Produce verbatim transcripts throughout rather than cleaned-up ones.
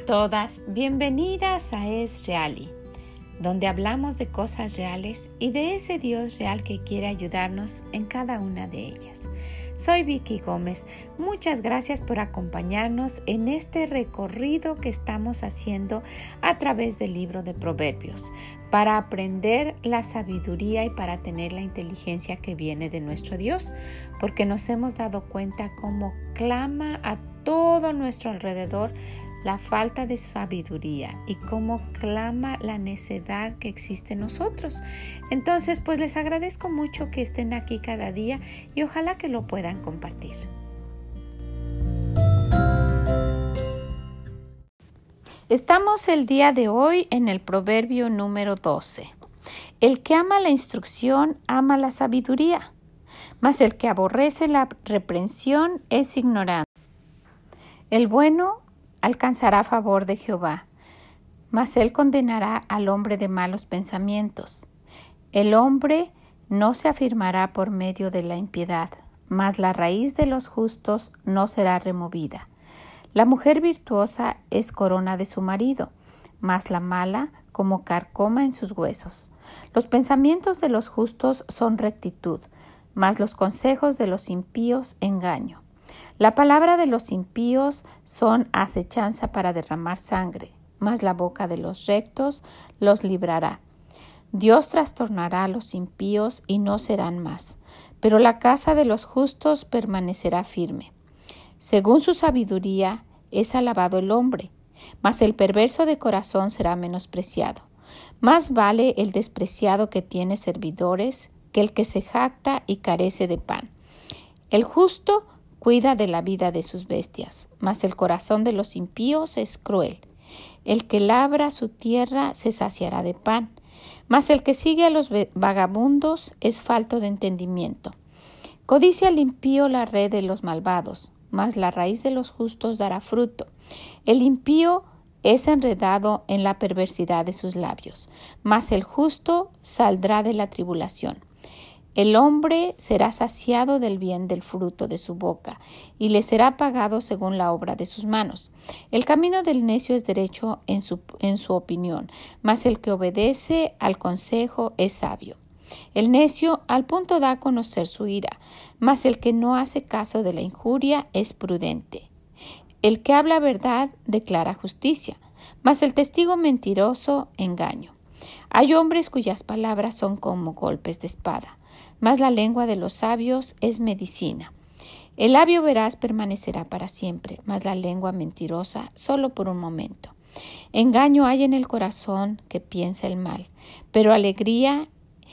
todas, bienvenidas a Es Reali, donde hablamos de cosas reales y de ese Dios real que quiere ayudarnos en cada una de ellas. Soy Vicky Gómez. Muchas gracias por acompañarnos en este recorrido que estamos haciendo a través del libro de Proverbios, para aprender la sabiduría y para tener la inteligencia que viene de nuestro Dios, porque nos hemos dado cuenta cómo clama a todo nuestro alrededor la falta de sabiduría y cómo clama la necedad que existe en nosotros. Entonces, pues les agradezco mucho que estén aquí cada día y ojalá que lo puedan compartir. Estamos el día de hoy en el proverbio número doce. El que ama la instrucción ama la sabiduría, mas el que aborrece la reprensión es ignorante. El bueno alcanzará favor de Jehová, mas él condenará al hombre de malos pensamientos. El hombre no se afirmará por medio de la impiedad, mas la raíz de los justos no será removida. La mujer virtuosa es corona de su marido, mas la mala como carcoma en sus huesos. Los pensamientos de los justos son rectitud, mas los consejos de los impíos engaño. La palabra de los impíos son acechanza para derramar sangre, mas la boca de los rectos los librará. Dios trastornará a los impíos y no serán más, pero la casa de los justos permanecerá firme. Según su sabiduría es alabado el hombre, mas el perverso de corazón será menospreciado. Más vale el despreciado que tiene servidores que el que se jacta y carece de pan. El justo cuida de la vida de sus bestias, mas el corazón de los impíos es cruel. El que labra su tierra se saciará de pan, mas el que sigue a los vagabundos es falto de entendimiento. Codicia al impío la red de los malvados, mas la raíz de los justos dará fruto. El impío es enredado en la perversidad de sus labios, mas el justo saldrá de la tribulación. El hombre será saciado del bien del fruto de su boca, y le será pagado según la obra de sus manos. El camino del necio es derecho en su, en su opinión, mas el que obedece al consejo es sabio. El necio al punto da a conocer su ira, mas el que no hace caso de la injuria es prudente. El que habla verdad declara justicia, mas el testigo mentiroso engaño. Hay hombres cuyas palabras son como golpes de espada, mas la lengua de los sabios es medicina. El labio veraz permanecerá para siempre, mas la lengua mentirosa solo por un momento. Engaño hay en el corazón que piensa el mal, pero alegría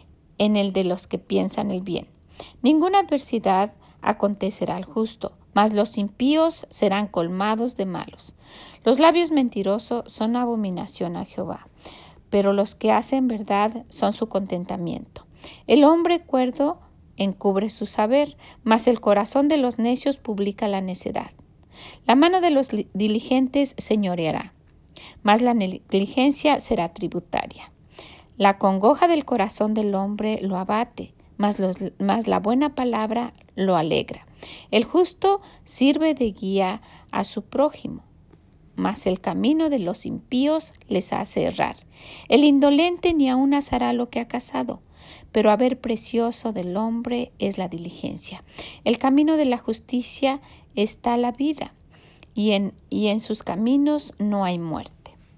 en el de los que piensan el bien. Ninguna adversidad acontecerá al justo, mas los impíos serán colmados de malos. Los labios mentirosos son abominación a Jehová, pero los que hacen verdad son su contentamiento. El hombre cuerdo encubre su saber, mas el corazón de los necios publica la necedad. La mano de los diligentes señoreará, mas la negligencia será tributaria. La congoja del corazón del hombre lo abate, mas, los, mas la buena palabra lo alegra. El justo sirve de guía a su prójimo, mas el camino de los impíos les hace errar. El indolente ni aun asará lo que ha cazado, pero haber precioso del hombre es la diligencia. El camino de la justicia está la vida, y en, y en sus caminos no hay muerte.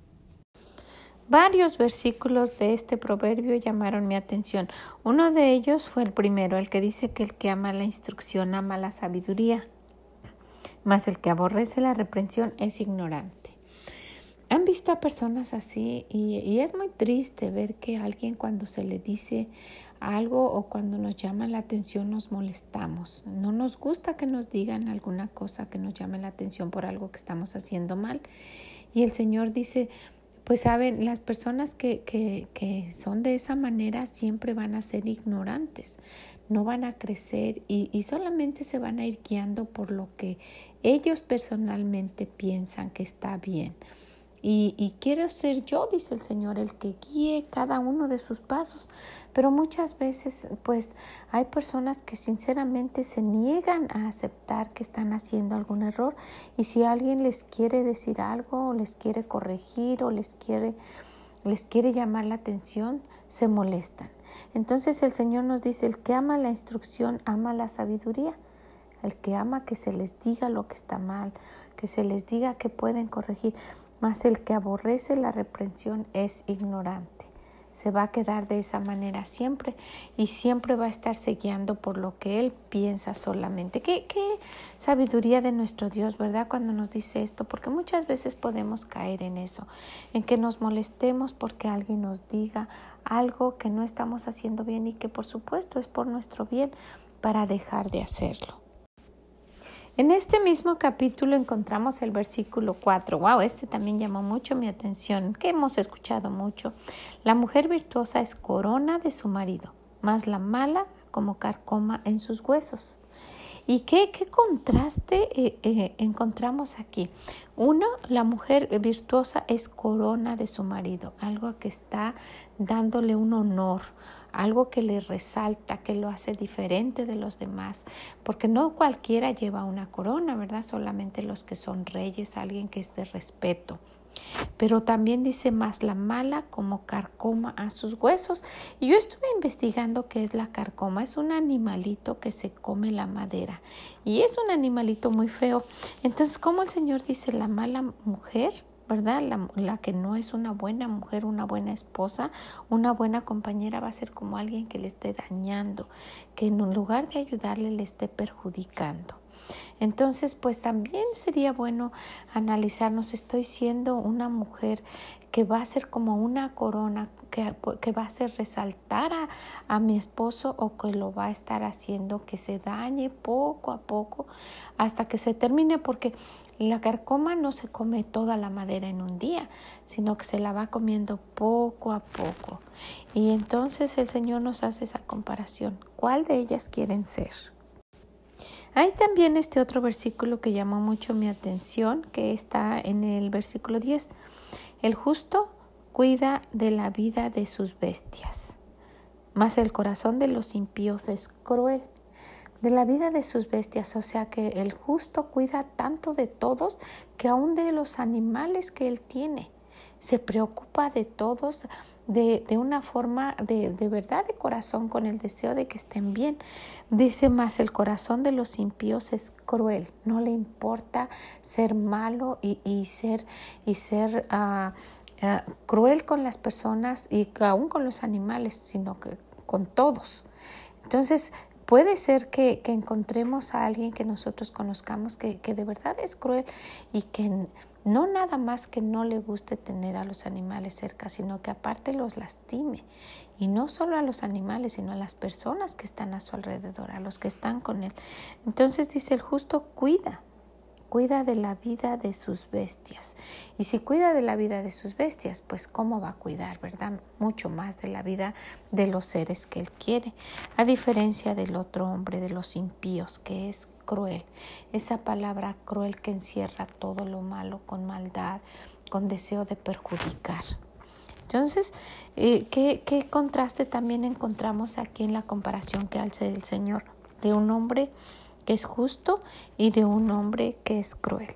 Varios versículos de este proverbio llamaron mi atención. Uno de ellos fue el primero, el que dice que el que ama la instrucción ama la sabiduría, mas el que aborrece la reprensión es ignorante. ¿Han visto a personas así? Y, y es muy triste ver que alguien cuando se le dice algo o cuando nos llama la atención nos molestamos. No nos gusta que nos digan alguna cosa que nos llame la atención por algo que estamos haciendo mal. Y el Señor dice, pues saben, las personas que, que, que son de esa manera siempre van a ser ignorantes. No van a crecer y, y solamente se van a ir guiando por lo que ellos personalmente piensan que está bien. Y, y quiero ser yo, dice el Señor, el que guíe cada uno de sus pasos. Pero muchas veces, pues, hay personas que sinceramente se niegan a aceptar que están haciendo algún error. Y si alguien les quiere decir algo, o les quiere corregir, o les quiere, les quiere llamar la atención, se molestan. Entonces el Señor nos dice, el que ama la instrucción, ama la sabiduría. El que ama que se les diga lo que está mal, que se les diga que pueden corregir. Mas el que aborrece la reprensión es ignorante. Se va a quedar de esa manera siempre y siempre va a estarse guiando por lo que él piensa solamente. Qué, qué sabiduría de nuestro Dios, ¿verdad? Cuando nos dice esto, porque muchas veces podemos caer en eso, en que nos molestemos porque alguien nos diga algo que no estamos haciendo bien y que por supuesto es por nuestro bien para dejar de hacerlo. En este mismo capítulo encontramos el versículo cuatro. Wow, este también llamó mucho mi atención, que hemos escuchado mucho. La mujer virtuosa es corona de su marido, mas la mala como carcoma en sus huesos. ¿Y qué, qué contraste eh, eh, encontramos aquí? Uno, la mujer virtuosa es corona de su marido, algo que está dándole un honor, algo que le resalta, que lo hace diferente de los demás, porque no cualquiera lleva una corona, ¿verdad? Solamente los que son reyes, alguien que es de respeto. Pero también dice más la mala como carcoma a sus huesos. Y yo estuve investigando qué es la carcoma. Es un animalito que se come la madera. Y es un animalito muy feo. Entonces, ¿cómo el Señor dice la mala mujer? ¿Verdad? La, la que no es una buena mujer, una buena esposa, una buena compañera va a ser como alguien que le esté dañando, que en lugar de ayudarle le esté perjudicando. Entonces, pues también sería bueno analizarnos, estoy siendo una mujer que va a ser como una corona, que, que va a hacer resaltar a, a mi esposo o que lo va a estar haciendo que se dañe poco a poco hasta que se termine, porque la carcoma no se come toda la madera en un día, sino que se la va comiendo poco a poco. Y entonces el Señor nos hace esa comparación. ¿Cuál de ellas quieren ser? Hay también este otro versículo que llamó mucho mi atención, que está en el versículo diez. El justo cuida de la vida de sus bestias, mas el corazón de los impíos es cruel. De la vida de sus bestias, o sea que el justo cuida tanto de todos que aún de los animales que él tiene. Se preocupa de todos de, de una forma de, de verdad de corazón, con el deseo de que estén bien. Dice más, el corazón de los impíos es cruel. No le importa ser malo y, y ser, y ser uh, uh, cruel con las personas y aún con los animales, sino que con todos. Entonces, puede ser que, que encontremos a alguien que nosotros conozcamos que, que de verdad es cruel y que no nada más que no le guste tener a los animales cerca, sino que aparte los lastime. Y no solo a los animales, sino a las personas que están a su alrededor, a los que están con él. Entonces dice, el justo cuida, cuida de la vida de sus bestias. Y si cuida de la vida de sus bestias, pues ¿cómo va a cuidar, verdad? Mucho más de la vida de los seres que él quiere. A diferencia del otro hombre, de los impíos, que es cruel. Esa palabra cruel que encierra todo lo malo con maldad, con deseo de perjudicar. Entonces, eh, ¿qué, qué contraste también encontramos aquí en la comparación que hace el Señor de un hombre que es justo y de un hombre que es cruel?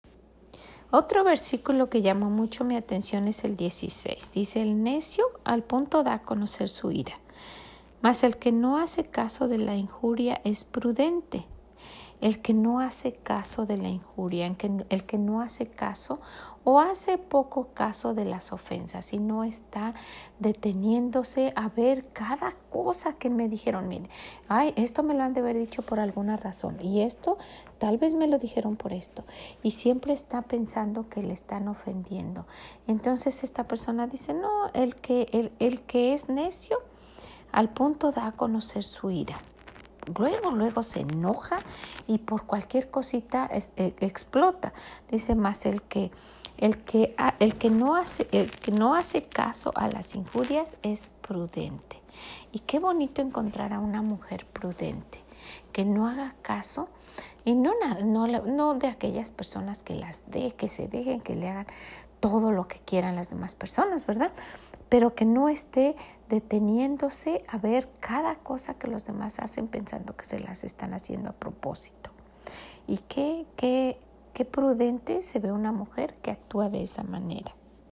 Otro versículo que llamó mucho mi atención es el dieciséis. Dice, el necio al punto da a conocer su ira, mas el que no hace caso de la injuria es prudente. El que no hace caso de la injuria, el que, el que no hace caso o hace poco caso de las ofensas y no está deteniéndose a ver cada cosa que me dijeron. Mire, ay, esto me lo han de haber dicho por alguna razón y esto tal vez me lo dijeron por esto, y siempre está pensando que le están ofendiendo. Entonces esta persona dice, no, el que, el, el que es necio al punto da a conocer su ira. Luego, luego se enoja y por cualquier cosita es, eh, explota. Dice más el que, el que, el que no hace, el que no hace caso a las injurias es prudente. Y qué bonito encontrar a una mujer prudente que no haga caso y no, no, no de aquellas personas que las de, que se dejen, que le hagan todo lo que quieran las demás personas, ¿verdad? Pero que no esté deteniéndose a ver cada cosa que los demás hacen pensando que se las están haciendo a propósito. Y qué, qué, qué prudente se ve una mujer que actúa de esa manera.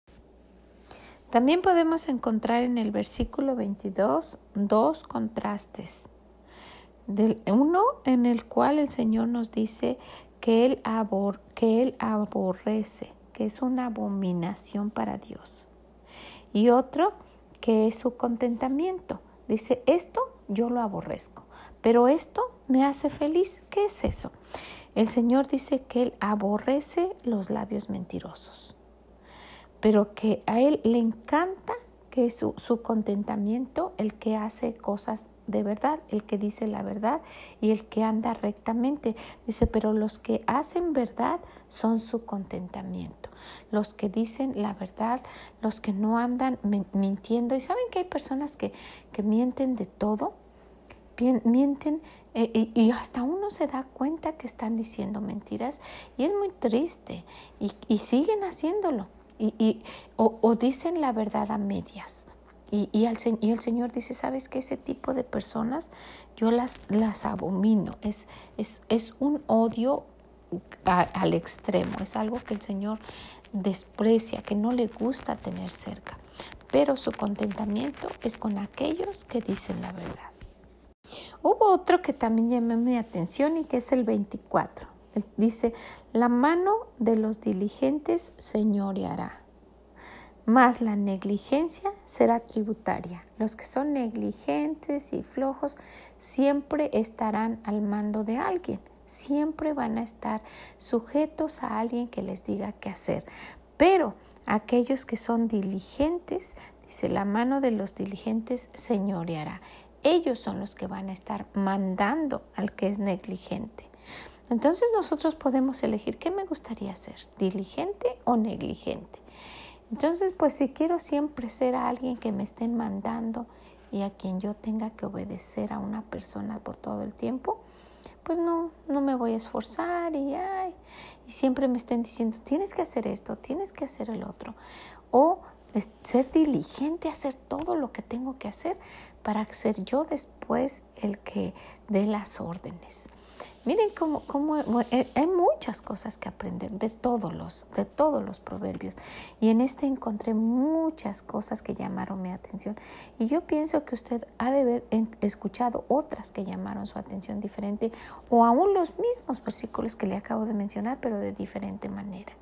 También podemos encontrar en el versículo veintidós dos contrastes. Del, uno en el cual el Señor nos dice que él, abor, que él aborrece, que es una abominación para Dios. Y otro que es su contentamiento. Dice, esto yo lo aborrezco, pero esto me hace feliz. ¿Qué es eso? El Señor dice que Él aborrece los labios mentirosos, pero que a Él le encanta que es su, su contentamiento, el que hace cosas de verdad, el que dice la verdad y el que anda rectamente. Dice, pero los que hacen verdad son su contentamiento. Los que dicen la verdad, los que no andan mintiendo. Y saben que hay personas que, que mienten de todo, mienten eh, y, y hasta uno se da cuenta que están diciendo mentiras y es muy triste y, y siguen haciéndolo y, y, o, o dicen la verdad a medias. Y, y, al, y el Señor dice, ¿sabes qué? Ese tipo de personas yo las, las abomino. Es, es, es un odio a, al extremo. Es algo que el Señor desprecia, que no le gusta tener cerca. Pero su contentamiento es con aquellos que dicen la verdad. Hubo otro que también llamó mi atención y que es el veinticuatro. Él dice, la mano de los diligentes señoreará, mas la negligencia será tributaria. Los que son negligentes y flojos siempre estarán al mando de alguien. Siempre van a estar sujetos a alguien que les diga qué hacer. Pero aquellos que son diligentes, dice, la mano de los diligentes señoreará. Ellos son los que van a estar mandando al que es negligente. Entonces nosotros podemos elegir qué me gustaría ser, diligente o negligente. Entonces, pues si quiero siempre ser a alguien que me estén mandando y a quien yo tenga que obedecer a una persona por todo el tiempo, pues no, no me voy a esforzar y, ay, y siempre me estén diciendo, tienes que hacer esto, tienes que hacer el otro. O ser diligente, hacer todo lo que tengo que hacer para ser yo después el que dé las órdenes. Miren cómo, cómo hay muchas cosas que aprender de todos los, de todos los proverbios. Y en este encontré muchas cosas que llamaron mi atención. Y yo pienso que usted ha de haber escuchado otras que llamaron su atención diferente, o aún los mismos versículos que le acabo de mencionar, pero de diferente manera.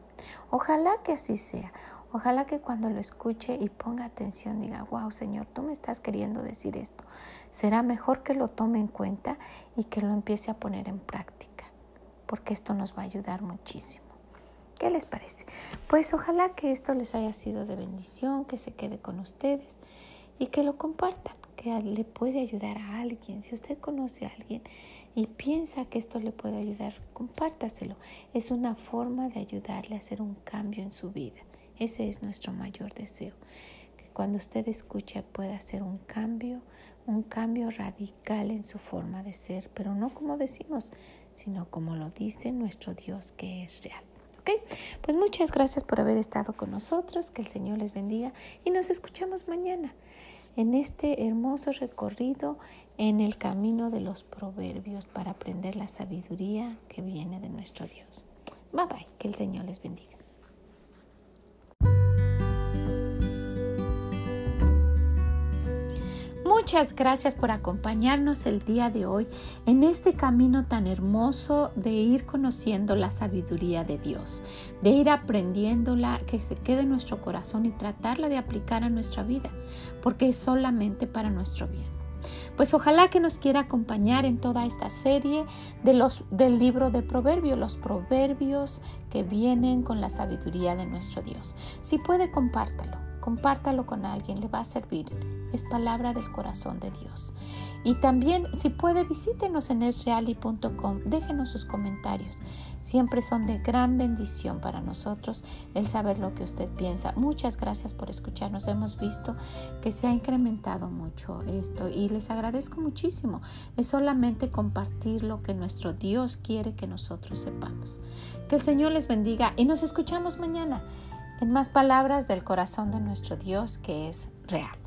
Ojalá que así sea. Ojalá que cuando lo escuche y ponga atención diga, wow, Señor, tú me estás queriendo decir esto. Será mejor que lo tome en cuenta y que lo empiece a poner en práctica, porque esto nos va a ayudar muchísimo. ¿Qué les parece? Pues ojalá que esto les haya sido de bendición, que se quede con ustedes y que lo compartan, que le puede ayudar a alguien. Si usted conoce a alguien y piensa que esto le puede ayudar, compártaselo. Es una forma de ayudarle a hacer un cambio en su vida. Ese es nuestro mayor deseo, que cuando usted escuche pueda hacer un cambio, un cambio radical en su forma de ser, pero no como decimos, sino como lo dice nuestro Dios, que es real. ¿Ok? Pues muchas gracias por haber estado con nosotros, que el Señor les bendiga y nos escuchamos mañana en este hermoso recorrido en el camino de los proverbios para aprender la sabiduría que viene de nuestro Dios. Bye bye, que el Señor les bendiga. Muchas gracias por acompañarnos el día de hoy en este camino tan hermoso de ir conociendo la sabiduría de Dios, de ir aprendiéndola, que se quede en nuestro corazón y tratarla de aplicar a nuestra vida, porque es solamente para nuestro bien. Pues ojalá que nos quiera acompañar en toda esta serie de los, del libro de Proverbios, los proverbios que vienen con la sabiduría de nuestro Dios. Si puede, compártalo. Compártalo con alguien, le va a servir. Es palabra del corazón de Dios. Y también, si puede, visítenos en es reali punto com. Déjenos sus comentarios. Siempre son de gran bendición para nosotros el saber lo que usted piensa. Muchas gracias por escucharnos. Hemos visto que se ha incrementado mucho esto y les agradezco muchísimo. Es solamente compartir lo que nuestro Dios quiere que nosotros sepamos. Que el Señor les bendiga y nos escuchamos mañana en más palabras del corazón de nuestro Dios que es real.